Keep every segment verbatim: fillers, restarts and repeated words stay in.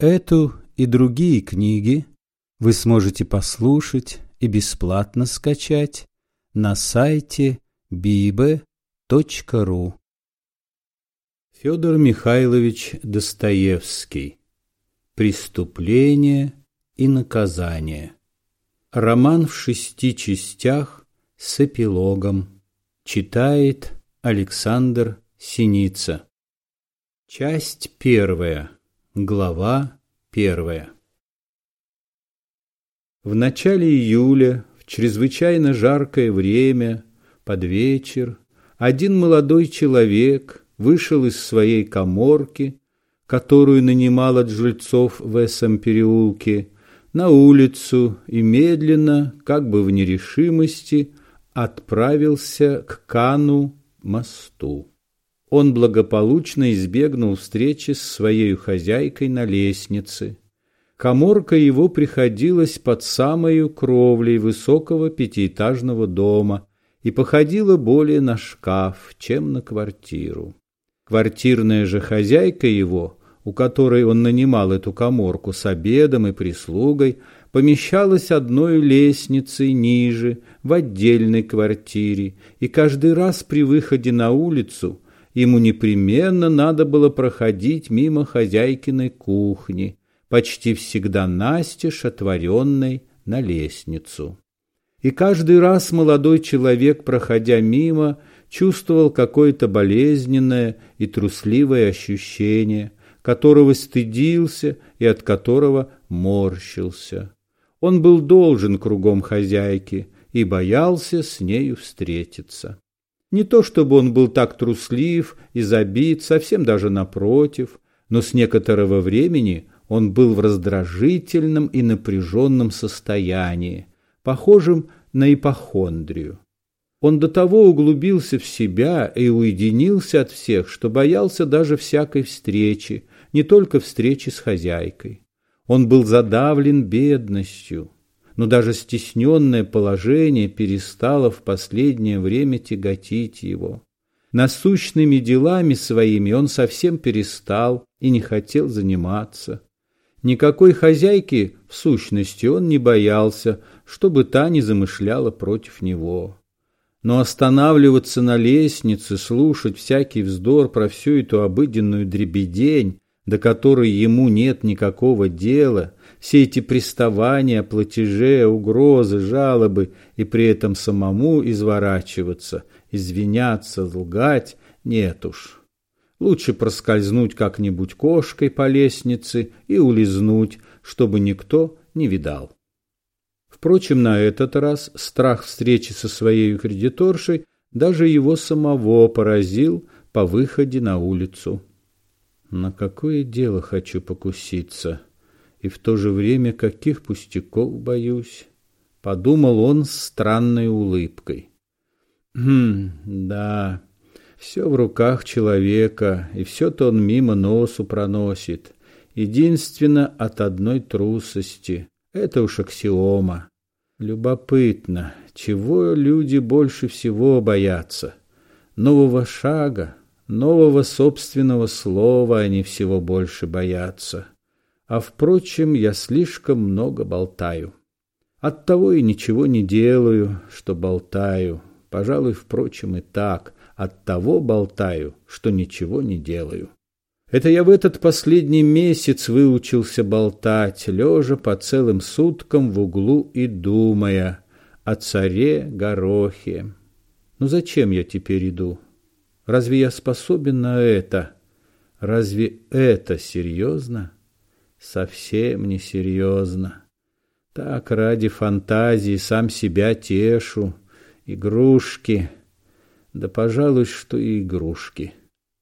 Эту и другие книги вы сможете послушать и бесплатно скачать на сайте библия точка ру. Федор Михайлович Достоевский. Преступление и наказание. Роман в шести частях с эпилогом. Читает Александр Синица. Часть первая. Глава первая. В начале июля, в чрезвычайно жаркое время, под вечер, один молодой человек вышел из своей каморки, которую нанимал от жильцов в Эссом переулке, на улицу и медленно, как бы в нерешимости, отправился к Кану мосту. Он благополучно избегнул встречи с своей хозяйкой на лестнице. Каморка его приходилась под самою кровлей высокого пятиэтажного дома и походила более на шкаф, чем на квартиру. Квартирная же хозяйка его, у которой он нанимал эту каморку с обедом и прислугой, помещалась одной лестницей ниже, в отдельной квартире, и каждый раз при выходе на улицу ему непременно надо было проходить мимо хозяйкиной кухни, почти всегда настежь отворенной на лестницу. И каждый раз молодой человек, проходя мимо, чувствовал какое-то болезненное и трусливое ощущение, которого стыдился и от которого морщился. Он был должен кругом хозяйки и боялся с нею встретиться. Не то чтобы он был так труслив и забит, совсем даже напротив, но с некоторого времени он был в раздражительном и напряженном состоянии, похожем на ипохондрию. Он до того углубился в себя и уединился от всех, что боялся даже всякой встречи, не только встречи с хозяйкой. Он был задавлен бедностью, но даже стесненное положение перестало в последнее время тяготить его. Насущными делами своими он совсем перестал и не хотел заниматься. Никакой хозяйки, в сущности, он не боялся, чтобы та не замышляла против него. Но останавливаться на лестнице, слушать всякий вздор про всю эту обыденную дребедень, до которой ему нет никакого дела, все эти приставания, платежи, угрозы, жалобы, и при этом самому изворачиваться, извиняться, лгать, нет уж. Лучше проскользнуть как-нибудь кошкой по лестнице и улизнуть, чтобы никто не видал. Впрочем, на этот раз страх встречи со своей кредиторшей даже его самого поразил по выходе на улицу. На какое дело хочу покуситься, и в то же время каких пустяков боюсь, подумал он с странной улыбкой. Хм, да, все в руках человека, и все-то он мимо носу проносит. Единственно от одной трусости. Это уж аксиома. Любопытно, чего люди больше всего боятся? Нового шага, нового собственного слова они всего больше боятся. А, впрочем, я слишком много болтаю. Оттого и ничего не делаю, что болтаю. Пожалуй, впрочем, и так. Оттого болтаю, что ничего не делаю. Это я в этот последний месяц выучился болтать, лежа по целым суткам в углу и думая о царе Горохе. Ну зачем я теперь иду? Разве я способен на это? Разве это серьезно? Совсем не серьезно. Так ради фантазии сам себя тешу. Игрушки. Да, пожалуй, что и игрушки.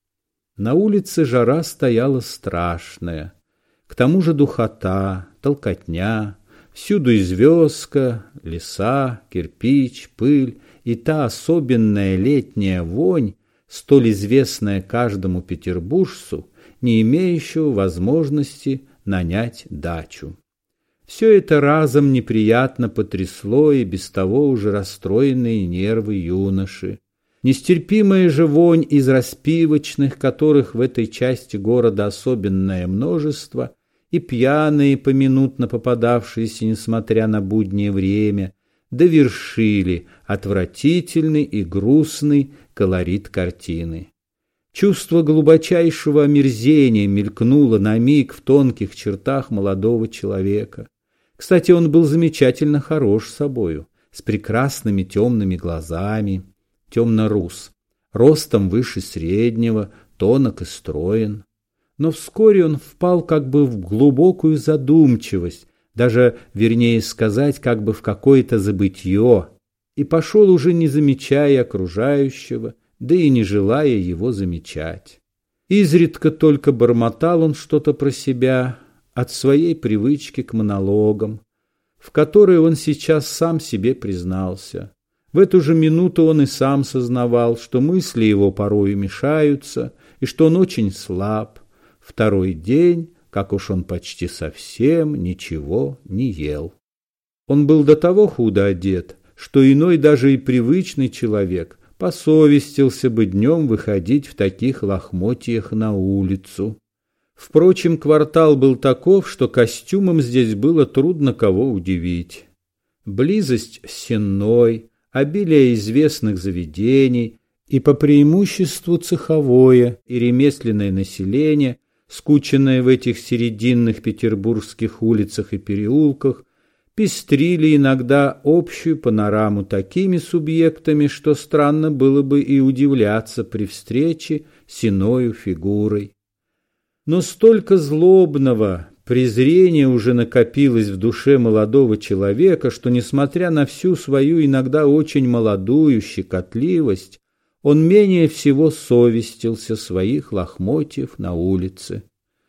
На улице жара стояла страшная. К тому же духота, толкотня, всюду известка, леса, кирпич, пыль и та особенная летняя вонь, столь известная каждому петербуржцу, не имеющего возможности нанять дачу. Все это разом неприятно потрясло и без того уже расстроенные нервы юноши. Нестерпимая же вонь из распивочных, которых в этой части города особенное множество, и пьяные, поминутно попадавшиеся, несмотря на буднее время, довершили отвратительный и грустный колорит картины. Чувство глубочайшего омерзения мелькнуло на миг в тонких чертах молодого человека. Кстати, он был замечательно хорош собою, с прекрасными темными глазами, темно-рус, ростом выше среднего, тонок и строен. Но вскоре он впал как бы в глубокую задумчивость, даже, вернее сказать, как бы в какое-то забытье, и пошел уже не замечая окружающего, да и не желая его замечать. Изредка только бормотал он что-то про себя от своей привычки к монологам, в которые он сейчас сам себе признался. В эту же минуту он и сам сознавал, что мысли его порою мешаются, и что он очень слаб. Второй день, как уж он почти совсем ничего не ел. Он был до того худо одет, что иной даже и привычный человек посовестился бы днем выходить в таких лохмотьях на улицу. Впрочем, квартал был таков, что костюмом здесь было трудно кого удивить. Близость с Сенной, обилие известных заведений и по преимуществу цеховое и ремесленное население, скученное в этих серединных петербургских улицах и переулках, пестрили иногда общую панораму такими субъектами, что странно было бы и удивляться при встрече с иною фигурой. Но столько злобного презрения уже накопилось в душе молодого человека, что, несмотря на всю свою иногда очень молодую щекотливость, он менее всего совестился своих лохмотьев на улице.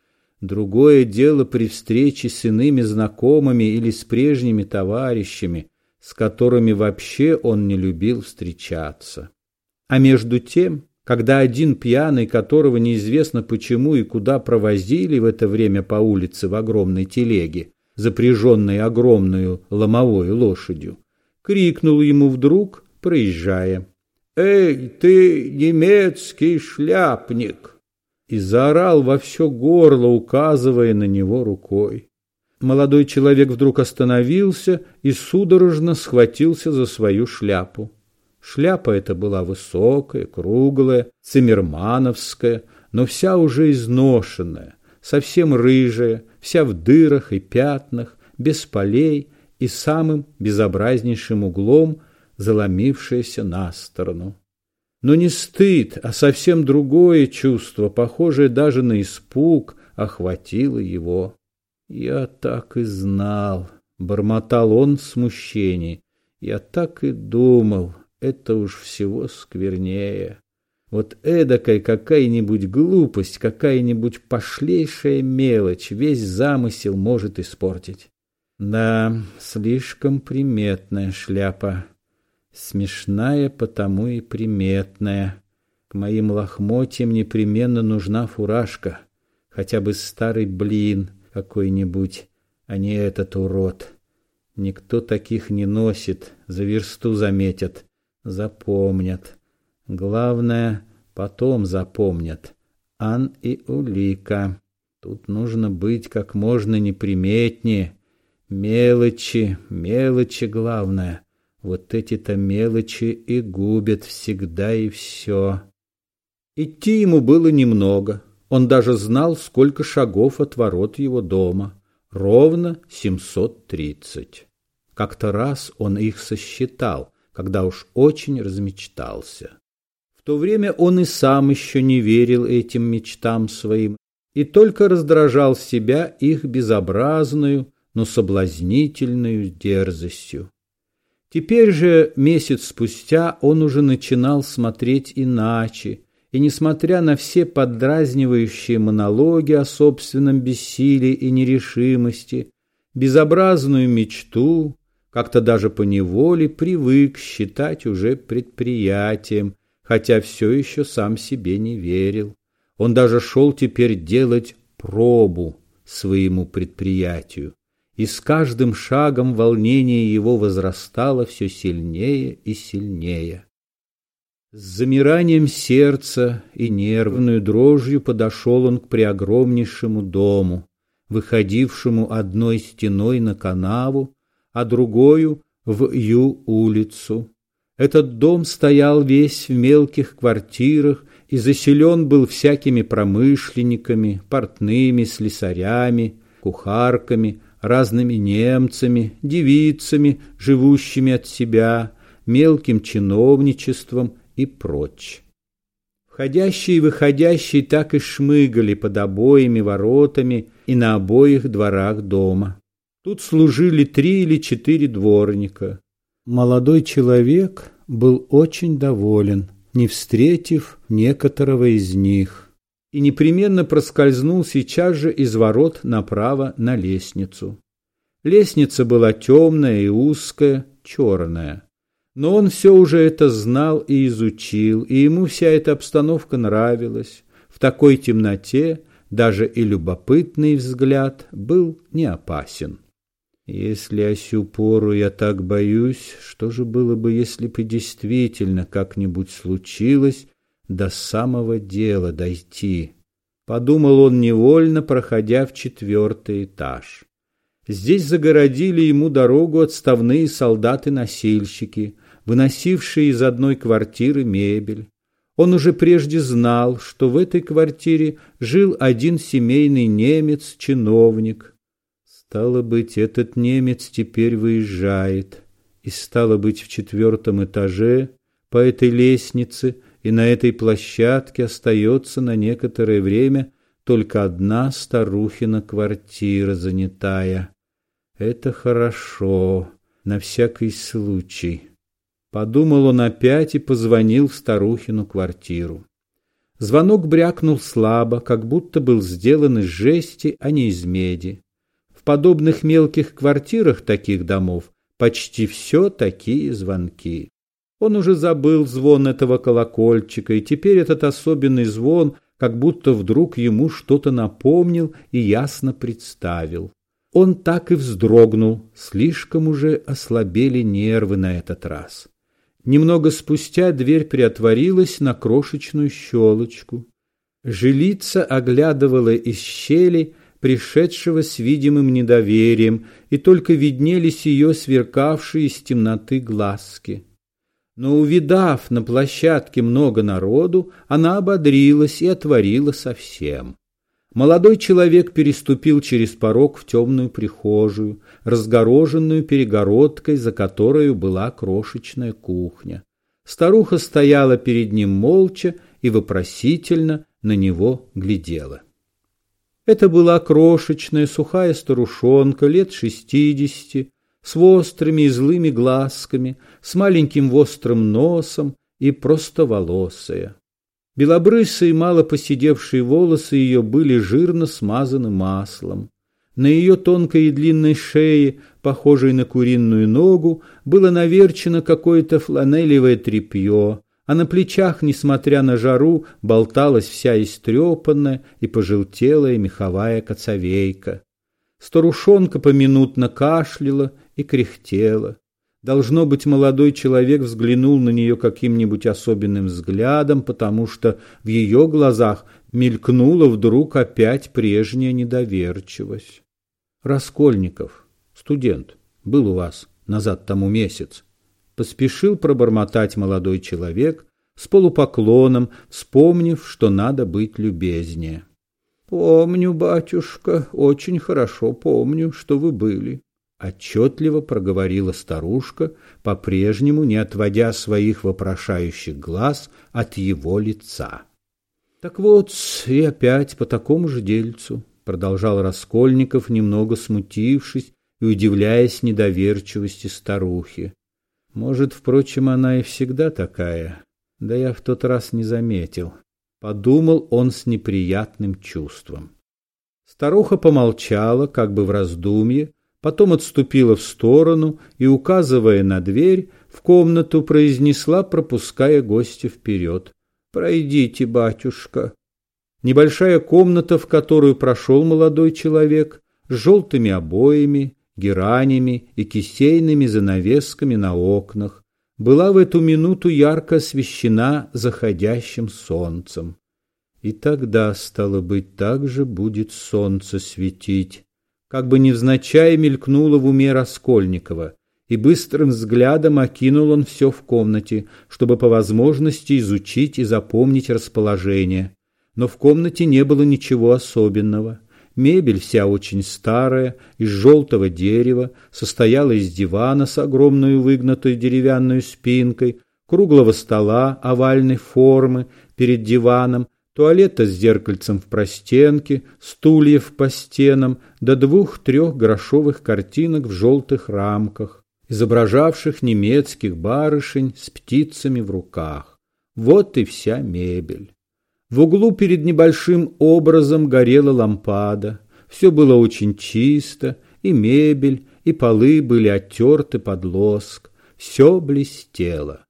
Другое дело при встрече с иными знакомыми или с прежними товарищами, с которыми вообще он не любил встречаться. А между тем, когда один пьяный, которого неизвестно почему и куда провозили в это время по улице в огромной телеге, запряженной огромную ломовой лошадью, крикнул ему вдруг, проезжая: «Эй, ты, немецкий шляпник!» и заорал во все горло, указывая на него рукой. Молодой человек вдруг остановился и судорожно схватился за свою шляпу. Шляпа эта была высокая, круглая, циммермановская, но вся уже изношенная, совсем рыжая, вся в дырах и пятнах, без полей и самым безобразнейшим углом заломившаяся на сторону. Но не стыд, а совсем другое чувство, похожее даже на испуг, охватило его. «Я так и знал», — бормотал он в смущении, — «я так и думал, это уж всего сквернее. Вот эдакая какая-нибудь глупость, какая-нибудь пошлейшая мелочь весь замысел может испортить. Да, слишком приметная шляпа». Смешная, потому и приметная. К моим лохмотьям непременно нужна фуражка, хотя бы старый блин какой-нибудь, а не этот урод. Никто таких не носит, за версту заметят, запомнят. Главное, потом запомнят. Ан и улика. Тут нужно быть как можно неприметнее. Мелочи, мелочи главное. Вот эти-то мелочи и губят всегда и все. Идти ему было немного. Он даже знал, сколько шагов от ворот его дома. Ровно семьсот тридцать. Как-то раз он их сосчитал, когда уж очень размечтался. В то время он и сам еще не верил этим мечтам своим и только раздражал себя их безобразную, но соблазнительную дерзостью. Теперь же, месяц спустя, он уже начинал смотреть иначе, и, несмотря на все поддразнивающие монологи о собственном бессилии и нерешимости, безобразную мечту, как-то даже поневоле привык считать уже предприятием, хотя все еще сам себе не верил. Он даже шел теперь делать пробу своему предприятию. И с каждым шагом волнение его возрастало все сильнее и сильнее. С замиранием сердца и нервную дрожью подошел он к преогромнейшему дому. выходившему одной стеной на канаву, а другою в Ю-улицу. Этот дом стоял весь в мелких квартирах и заселен был всякими промышленниками, портными, слесарями, кухарками, разными немцами, девицами, живущими от себя, мелким чиновничеством и прочь. Входящие и выходящие так и шмыгали под обоими воротами и на обоих дворах дома. Тут служили три или четыре дворника. Молодой человек был очень доволен, не встретив некоторого из них, и непременно проскользнул сейчас же из ворот направо на лестницу. Лестница была темная и узкая, черная. Но он все уже это знал и изучил, и ему вся эта обстановка нравилась. В такой темноте даже и любопытный взгляд был не опасен. Если о сю пору я так боюсь, что же было бы, если бы действительно как-нибудь случилось до самого дела дойти? Подумал он невольно, проходя в четвертый этаж. Здесь загородили ему дорогу отставные солдаты-носильщики, выносившие из одной квартиры мебель. Он уже прежде знал, что в этой квартире жил один семейный немец-чиновник. Стало быть, этот немец теперь выезжает, и стало быть, в четвертом этаже по этой лестнице и на этой площадке остается на некоторое время только одна старухина квартира занятая. Это хорошо, на всякий случай. Подумал он опять и позвонил в старухину квартиру. Звонок брякнул слабо, как будто был сделан из жести, а не из меди. В подобных мелких квартирах таких домов почти все такие звонки. Он уже забыл звон этого колокольчика, и теперь этот особенный звон как будто вдруг ему что-то напомнил и ясно представил. Он так и вздрогнул, слишком уже ослабели нервы на этот раз. Немного спустя дверь приотворилась на крошечную щелочку. Жилица оглядывала из щели пришедшего с видимым недоверием, и только виднелись ее сверкавшие из темноты глазки. Но, увидав на площадке много народу, она ободрилась и отворила совсем. Молодой человек переступил через порог в темную прихожую, разгороженную перегородкой, за которой была крошечная кухня. Старуха стояла перед ним молча и вопросительно на него глядела. Это была крошечная сухая старушонка лет шестидесяти, с острыми и злыми глазками, с маленьким острым носом и простоволосая. Белобрысые, мало поседевшие волосы ее были жирно смазаны маслом. На ее тонкой и длинной шее, похожей на куриную ногу, было наверчено какое-то фланелевое тряпье, а на плечах, несмотря на жару, болталась вся истрепанная и пожелтелая меховая коцовейка. Старушонка поминутно кашляла и кряхтела. Должно быть, молодой человек взглянул на нее каким-нибудь особенным взглядом, потому что в ее глазах мелькнула вдруг опять прежняя недоверчивость. Раскольников, студент, был у вас назад тому месяц. Поспешил пробормотать молодой человек с полупоклоном, вспомнив, что надо быть любезнее. «Помню, батюшка, очень хорошо помню, что вы были», — отчетливо проговорила старушка, по-прежнему не отводя своих вопрошающих глаз от его лица. «Так вот, и опять по такому же дельцу», — продолжал Раскольников, немного смутившись и удивляясь недоверчивости старухи. «Может, впрочем, она и всегда такая, да я в тот раз не заметил». Подумал он с неприятным чувством. Старуха помолчала, как бы в раздумье, потом отступила в сторону и, указывая на дверь, в комнату произнесла, пропуская гостя вперед: «Пройдите, батюшка». Небольшая комната, в которую прошел молодой человек, с желтыми обоями, геранями и кисейными занавесками на окнах, была в эту минуту ярко освещена заходящим солнцем. И тогда, стало быть, так же будет солнце светить. Как бы невзначай мелькнуло в уме Раскольникова, и быстрым взглядом окинул он все в комнате, чтобы по возможности изучить и запомнить расположение. Но в комнате не было ничего особенного. Мебель вся очень старая, из желтого дерева, состояла из дивана с огромной выгнутой деревянной спинкой, круглого стола овальной формы перед диваном, туалета с зеркальцем в простенке, стульев по стенам, до двух-трех грошовых картинок в желтых рамках, изображавших немецких барышень с птицами в руках. Вот и вся мебель. В углу перед небольшим образом горела лампада. Все было очень чисто, и мебель, и полы были оттерты под лоск. Все блестело.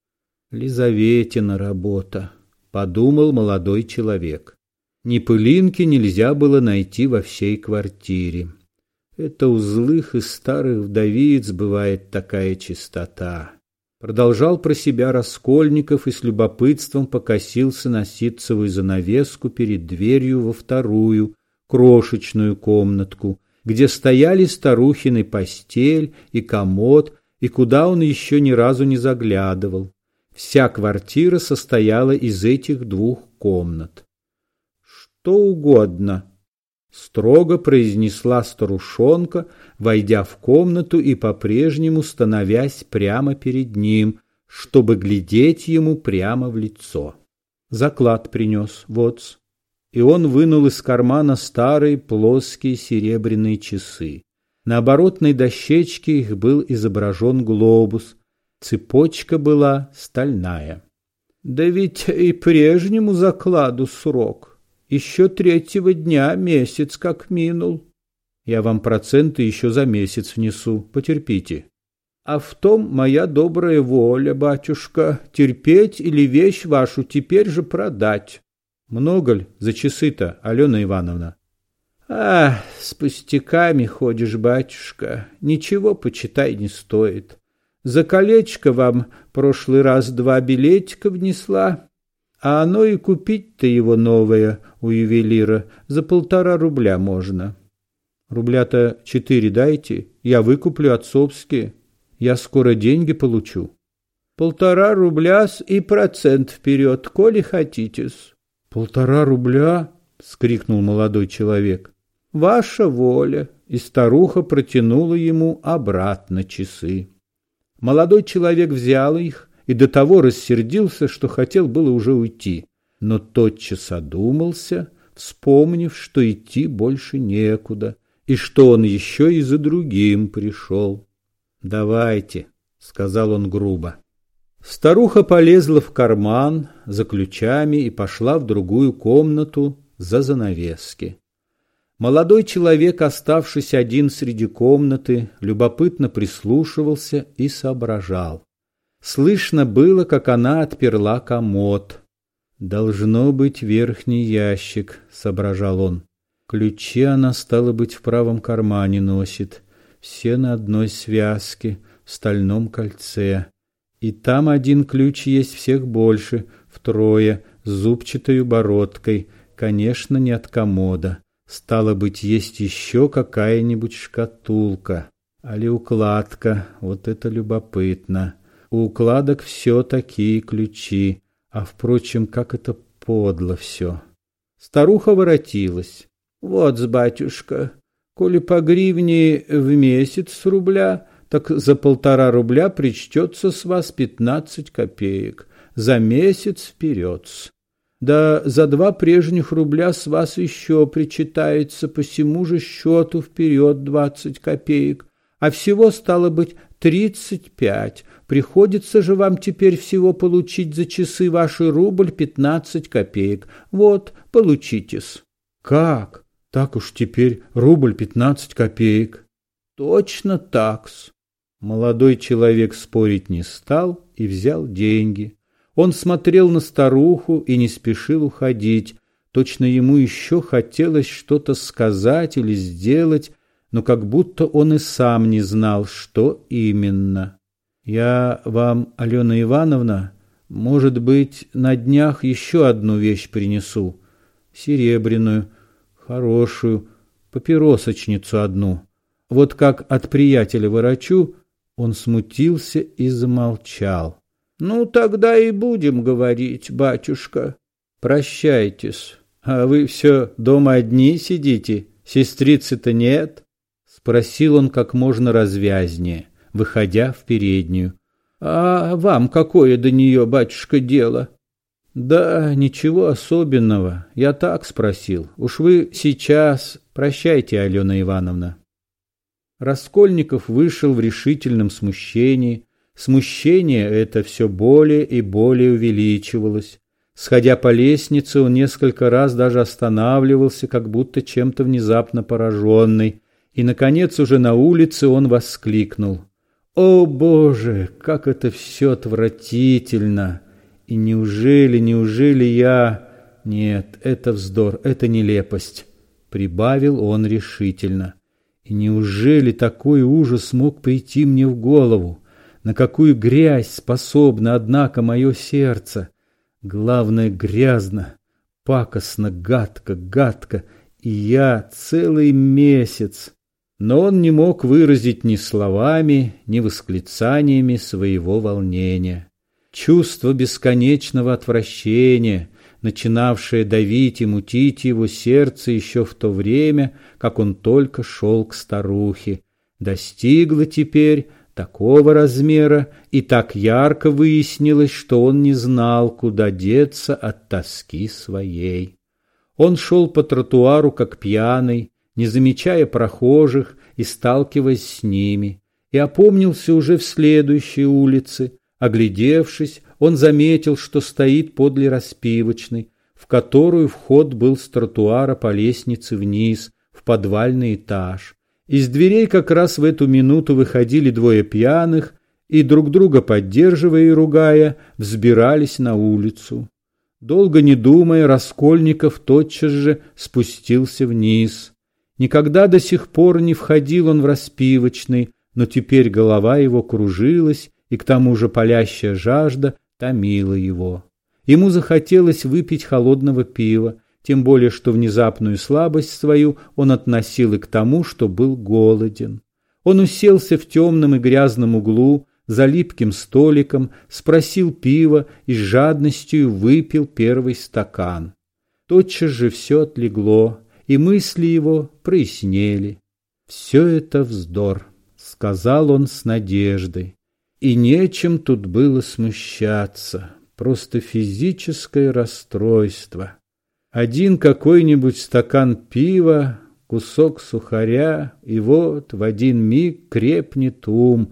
«Лизаветина работа», — подумал молодой человек. Ни пылинки нельзя было найти во всей квартире. Это у злых и старых вдовиц бывает такая чистота. Продолжал про себя Раскольников и с любопытством покосился на ситцевую занавеску перед дверью во вторую, крошечную комнатку, где стояли старухины постель и комод, и куда он еще ни разу не заглядывал. Вся квартира состояла из этих двух комнат. «Что угодно», — строго произнесла старушонка, войдя в комнату и по-прежнему становясь прямо перед ним, чтобы глядеть ему прямо в лицо. «Заклад принес, вот-с». И он вынул из кармана старые плоские серебряные часы. На оборотной дощечке их был изображен глобус, цепочка была стальная. «Да ведь и прежнему закладу срок. Еще третьего дня месяц как минул». «Я вам проценты еще за месяц внесу, потерпите». «А в том моя добрая воля, батюшка, терпеть или вещь вашу теперь же продать». «Много ли за часы-то, Алена Ивановна?» «А, с пустяками ходишь, батюшка, ничего, почитай, не стоит. За колечко вам прошлый раз два билетика внесла, а оно и купить-то его новое у ювелира за полтора рубля можно». «Рубля-то четыре дайте, я выкуплю отцовские, я скоро деньги получу». «Полтора рубля-с и процент вперед, коли хотите-с». «Полтора рубля?» — вскрикнул молодой человек. «Ваша воля», — и старуха протянула ему обратно часы. Молодой человек взял их и до того рассердился, что хотел было уже уйти, но тотчас одумался, вспомнив, что идти больше некуда, и что он еще и за другим пришел. «Давайте», — сказал он грубо. Старуха полезла в карман за ключами и пошла в другую комнату за занавески. Молодой человек, оставшись один среди комнаты, любопытно прислушивался и соображал. Слышно было, как она отперла комод. «Должно быть верхний ящик», — соображал он. «Ключи она, стало быть, в правом кармане носит, все на одной связке, в стальном кольце. И там один ключ есть всех больше, втрое, с зубчатой бородкой, конечно, не от комода. Стало быть, есть еще какая-нибудь шкатулка, али укладка, вот это любопытно. У укладок все такие ключи, а, впрочем, как это подло все». Старуха воротилась. «Вот-с, батюшка, коли по гривне в месяц с рубля, так за полтора рубля причтется с вас пятнадцать копеек, за месяц вперед-с. Да за два прежних рубля с вас еще причитается по всему же счету вперед двадцать копеек, а всего стало быть тридцать пять. Приходится же вам теперь всего получить за часы ваши рубль пятнадцать копеек. Вот, получите-с». «Как? Так уж теперь рубль пятнадцать копеек?» «Точно так-с». Молодой человек спорить не стал и взял деньги. Он смотрел на старуху и не спешил уходить. Точно ему еще хотелось что-то сказать или сделать, но как будто он и сам не знал, что именно. «Я вам, Алена Ивановна, может быть, на днях еще одну вещь принесу», серебряную, хорошую, папиросочницу одну. Вот как от приятеля ворочу, он смутился и замолчал. Ну, тогда и будем говорить, батюшка. Прощайтесь. А вы все дома одни сидите? Сестрицы-то нет? Спросил он как можно развязнее, выходя в переднюю. А вам какое до нее, батюшка, дело? Да, ничего особенного. Я так спросил. Уж вы сейчас... Прощайте, Алена Ивановна. Раскольников вышел в решительном смущении. Смущение это все более и более увеличивалось. Сходя по лестнице, он несколько раз даже останавливался, как будто чем-то внезапно пораженный. И, наконец, уже на улице он воскликнул. «О, Боже, как это все отвратительно! И неужели, неужели я... Нет, это вздор, это нелепость!» Прибавил он решительно. «И неужели такой ужас мог прийти мне в голову? На какую грязь способно, однако, мое сердце? Главное, грязно, пакостно, гадко, гадко, и я целый месяц». Но он не мог выразить ни словами, ни восклицаниями своего волнения. Чувство бесконечного отвращения, начинавшее давить и мутить его сердце еще в то время, как он только шел к старухе, достигло теперь такого размера и так ярко выяснилось, что он не знал, куда деться от тоски своей. Он шел по тротуару как пьяный, не замечая прохожих и сталкиваясь с ними, и опомнился уже в следующей улице. Оглядевшись, он заметил, что стоит подле распивочной, в которую вход был с тротуара по лестнице вниз, в подвальный этаж. Из дверей как раз в эту минуту выходили двое пьяных и, друг друга поддерживая и ругая, взбирались на улицу. Долго не думая, Раскольников тотчас же спустился вниз. Никогда до сих пор не входил он в распивочный, но теперь голова его кружилась, и к тому же палящая жажда томила его. Ему захотелось выпить холодного пива, тем более что внезапную слабость свою он относил и к тому, что был голоден. Он уселся в темном и грязном углу за липким столиком, спросил пива и с жадностью выпил первый стакан. Тотчас же все отлегло, и мысли его прояснели. «Все это вздор», — сказал он с надеждой. И нечем тут было смущаться, просто физическое расстройство. Один какой-нибудь стакан пива, кусок сухаря, и вот в один миг крепнет ум,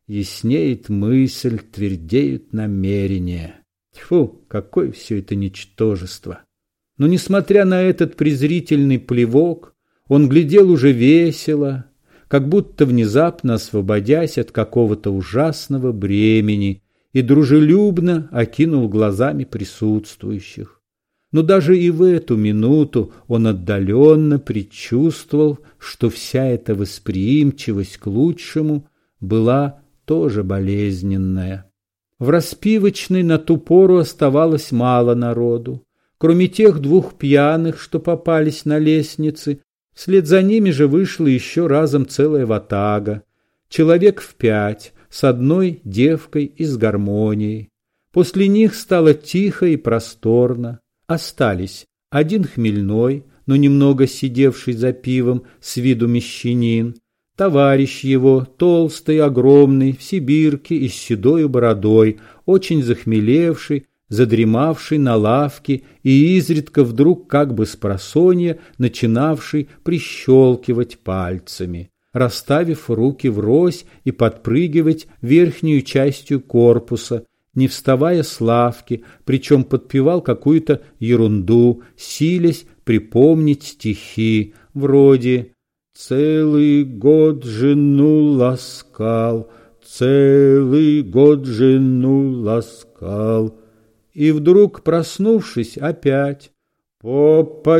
яснеет мысль, твердеют намерения. Тьфу, какое все это ничтожество! Но, несмотря на этот презрительный плевок, он глядел уже весело, как будто внезапно освободясь от какого-то ужасного бремени, и дружелюбно окинул глазами присутствующих. Но даже и в эту минуту он отдаленно предчувствовал, что вся эта восприимчивость к лучшему была тоже болезненная. В распивочной на ту пору оставалось мало народу. Кроме тех двух пьяных, что попались на лестнице, вслед за ними же вышла еще разом целая ватага, человек в пять, с одной девкой и с гармонией. После них стало тихо и просторно. Остались один хмельной, но немного сидевший за пивом, с виду мещанин, товарищ его, толстый, огромный, в сибирке и с седой бородой, очень захмелевший, задремавший на лавке и изредка вдруг как бы спросонья начинавший прищелкивать пальцами, расставив руки врозь и подпрыгивать верхнюю частью корпуса, не вставая с лавки, причем подпевал какую-то ерунду, силясь припомнить стихи вроде «Целый год жену ласкал, целый год жену ласкал». И вдруг, проснувшись, опять по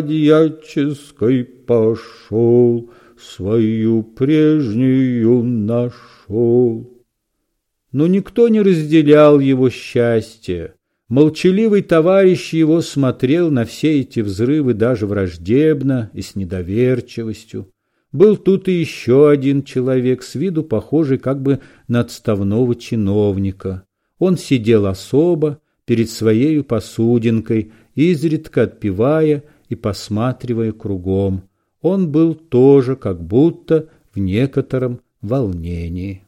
подьяческой пошел, свою прежнюю нашел. Но никто не разделял его счастья. Молчаливый товарищ его смотрел на все эти взрывы даже враждебно и с недоверчивостью. Был тут и еще один человек, с виду похожий как бы на отставного чиновника. Он сидел особо перед своею посудинкой, изредка отпивая и посматривая кругом. Он был тоже как будто в некотором волнении.